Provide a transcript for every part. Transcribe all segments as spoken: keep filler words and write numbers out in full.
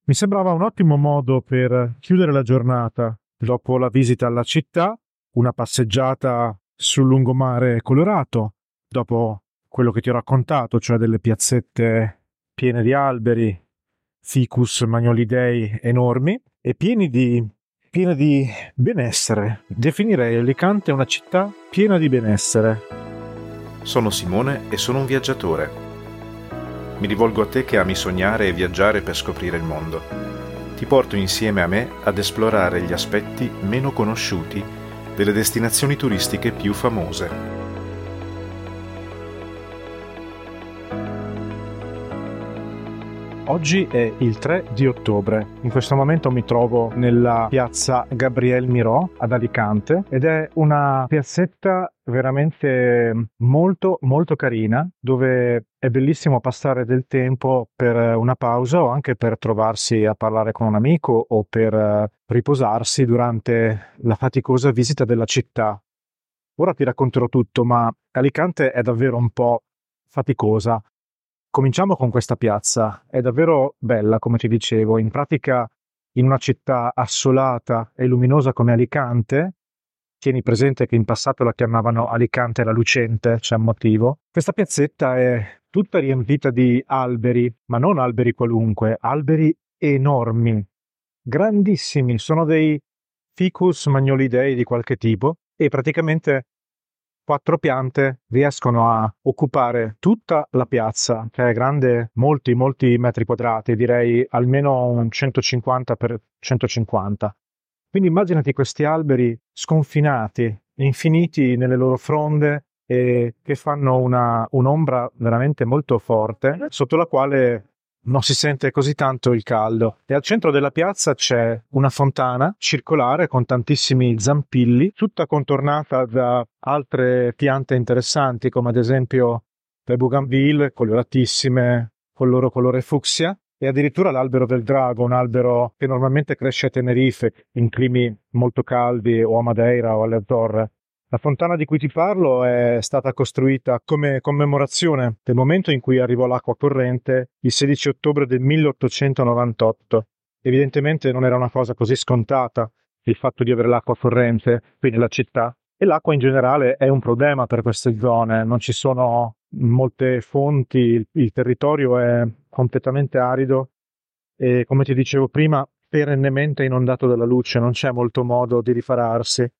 Mi sembrava un ottimo modo per chiudere la giornata dopo la visita alla città, una passeggiata sul lungomare colorato, dopo quello che ti ho raccontato, cioè delle piazzette piene di alberi, ficus magnolidei enormi e pieni di, piene di benessere. Definirei Alicante una città piena di benessere. Sono Simone e sono un viaggiatore. Mi rivolgo a te che ami sognare e viaggiare per scoprire il mondo. Ti porto insieme a me ad esplorare gli aspetti meno conosciuti delle destinazioni turistiche più famose. Oggi è il tre di ottobre. In questo momento mi trovo nella piazza Gabriel Miró ad Alicante ed è una piazzetta veramente molto molto carina, dove è bellissimo passare del tempo per una pausa o anche per trovarsi a parlare con un amico o per riposarsi durante la faticosa visita della città. Ora ti racconterò tutto, ma Alicante è davvero un po' faticosa. Cominciamo con questa piazza, è davvero bella, come ti dicevo. In pratica, in una città assolata e luminosa come Alicante, tieni presente che in passato la chiamavano Alicante la Lucente, c'è un motivo, questa piazzetta è tutta riempita di alberi, ma non alberi qualunque, alberi enormi, grandissimi, sono dei ficus magnolidei di qualche tipo e praticamente quattro piante riescono a occupare tutta la piazza, che è grande molti, molti metri quadrati, direi almeno un centocinquanta per centocinquanta. Quindi immaginati questi alberi sconfinati, infiniti nelle loro fronde e che fanno una, un'ombra veramente molto forte, sotto la quale non si sente così tanto il caldo. E al centro della piazza c'è una fontana circolare con tantissimi zampilli, tutta contornata da altre piante interessanti, come ad esempio le bougainville, coloratissime, col loro colore fucsia, e addirittura l'albero del drago, un albero che normalmente cresce a Tenerife, in climi molto caldi, o a Madeira o alle Azzorre. La fontana di cui ti parlo è stata costruita come commemorazione del momento in cui arrivò l'acqua corrente il sedici ottobre del milleottocentonovantotto. Evidentemente non era una cosa così scontata il fatto di avere l'acqua corrente qui nella città, e l'acqua in generale è un problema per queste zone, non ci sono molte fonti, il territorio è completamente arido e, come ti dicevo prima, perennemente inondato dalla luce, non c'è molto modo di ripararsi.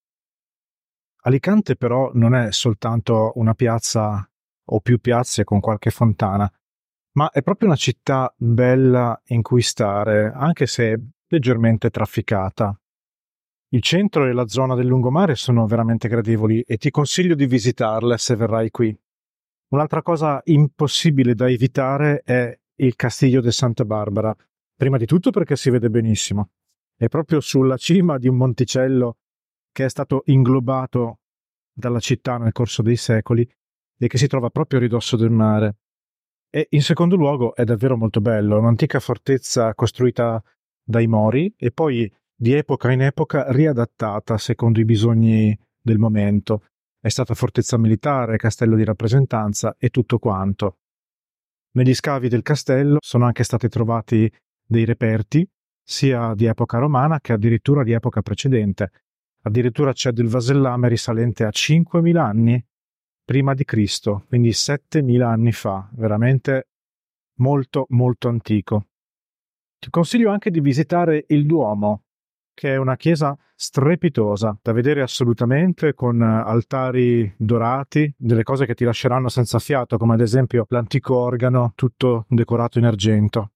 Alicante però non è soltanto una piazza o più piazze con qualche fontana, ma è proprio una città bella in cui stare, anche se leggermente trafficata. Il centro e la zona del lungomare sono veramente gradevoli e ti consiglio di visitarle se verrai qui. Un'altra cosa impossibile da evitare è il Castillo de Santa Barbara, prima di tutto perché si vede benissimo. È proprio sulla cima di un monticello che è stato inglobato dalla città nel corso dei secoli e che si trova proprio a ridosso del mare. E in secondo luogo è davvero molto bello, un'antica fortezza costruita dai Mori e poi di epoca in epoca riadattata secondo i bisogni del momento. È stata fortezza militare, castello di rappresentanza e tutto quanto. Negli scavi del castello sono anche stati trovati dei reperti, sia di epoca romana che addirittura di epoca precedente. Addirittura c'è del vasellame risalente a cinquemila anni prima di Cristo, quindi settemila anni fa, veramente molto molto antico. Ti consiglio anche di visitare il Duomo, che è una chiesa strepitosa, da vedere assolutamente, con altari dorati, delle cose che ti lasceranno senza fiato, come ad esempio l'antico organo tutto decorato in argento.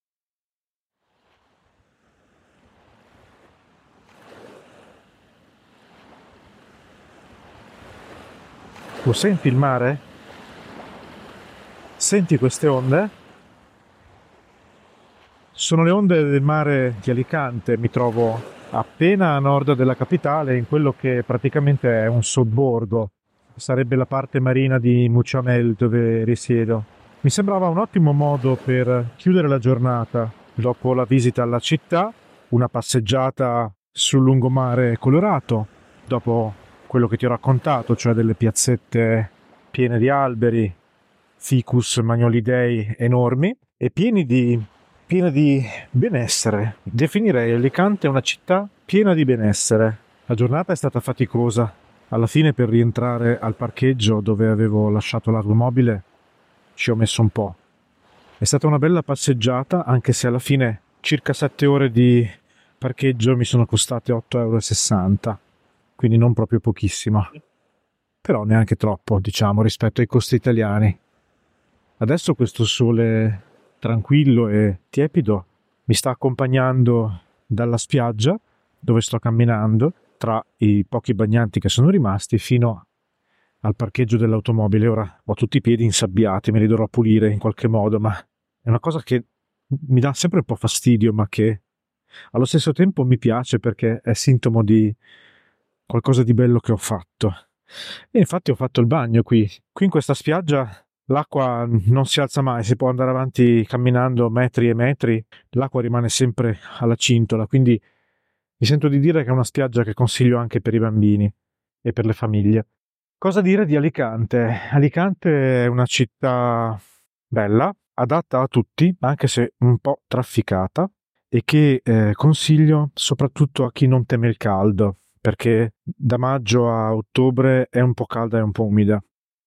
Lo senti il mare? Senti queste onde? Sono le onde del mare di Alicante, mi trovo appena a nord della capitale, in quello che praticamente è un sobborgo, sarebbe la parte marina di Muchamel dove risiedo. Mi sembrava un ottimo modo per chiudere la giornata dopo la visita alla città, una passeggiata sul lungomare colorato, dopo quello che ti ho raccontato, cioè delle piazzette piene di alberi, ficus magnolidei enormi e pieni di piena di benessere. Definirei Alicante una città piena di benessere. La giornata è stata faticosa. Alla fine, per rientrare al parcheggio dove avevo lasciato l'automobile, ci ho messo un po'. È stata una bella passeggiata, anche se alla fine circa sette ore di parcheggio mi sono costate otto virgola sessanta euro, quindi non proprio pochissimo. Però neanche troppo, diciamo, rispetto ai costi italiani. Adesso questo sole tranquillo e tiepido mi sta accompagnando dalla spiaggia dove sto camminando tra i pochi bagnanti che sono rimasti fino al parcheggio dell'automobile. Ora ho tutti i piedi insabbiati, me li dovrò pulire in qualche modo, ma è una cosa che mi dà sempre un po' fastidio, ma che allo stesso tempo mi piace perché è sintomo di qualcosa di bello che ho fatto. E infatti ho fatto il bagno qui. Qui in questa spiaggia l'acqua non si alza mai, si può andare avanti camminando metri e metri, l'acqua rimane sempre alla cintola, quindi mi sento di dire che è una spiaggia che consiglio anche per i bambini e per le famiglie. Cosa dire di Alicante? Alicante è una città bella, adatta a tutti, anche se un po' trafficata, e che eh, consiglio soprattutto a chi non teme il caldo, perché da maggio a ottobre è un po' calda e un po' umida.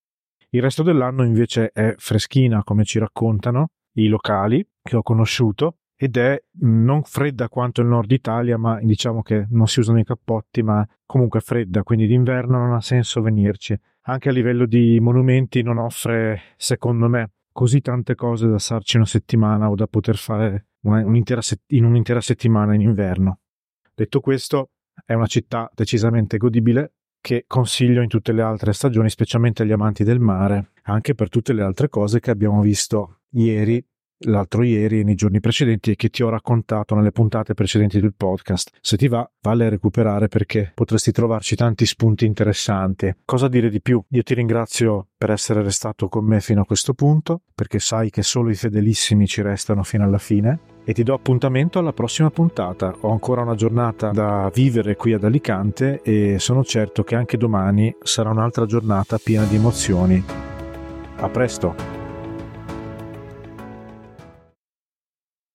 Il resto dell'anno invece è freschina, come ci raccontano i locali che ho conosciuto, ed è non fredda quanto il nord Italia, ma diciamo che non si usano i cappotti, ma comunque fredda, quindi d'inverno non ha senso venirci. Anche a livello di monumenti non offre, secondo me, così tante cose da starci una settimana o da poter fare una, un'intera set- in un'intera settimana in inverno. Detto questo, è una città decisamente godibile che consiglio in tutte le altre stagioni, specialmente agli amanti del mare, anche per tutte le altre cose che abbiamo visto ieri, l'altro ieri e nei giorni precedenti e che ti ho raccontato nelle puntate precedenti del podcast. Se ti va, vale a recuperare perché potresti trovarci tanti spunti interessanti. Cosa dire di più? Io ti ringrazio per essere restato con me fino a questo punto, perché sai che solo i fedelissimi ci restano fino alla fine, e ti do appuntamento alla prossima puntata. Ho ancora una giornata da vivere qui ad Alicante e sono certo che anche domani sarà un'altra giornata piena di emozioni. A presto!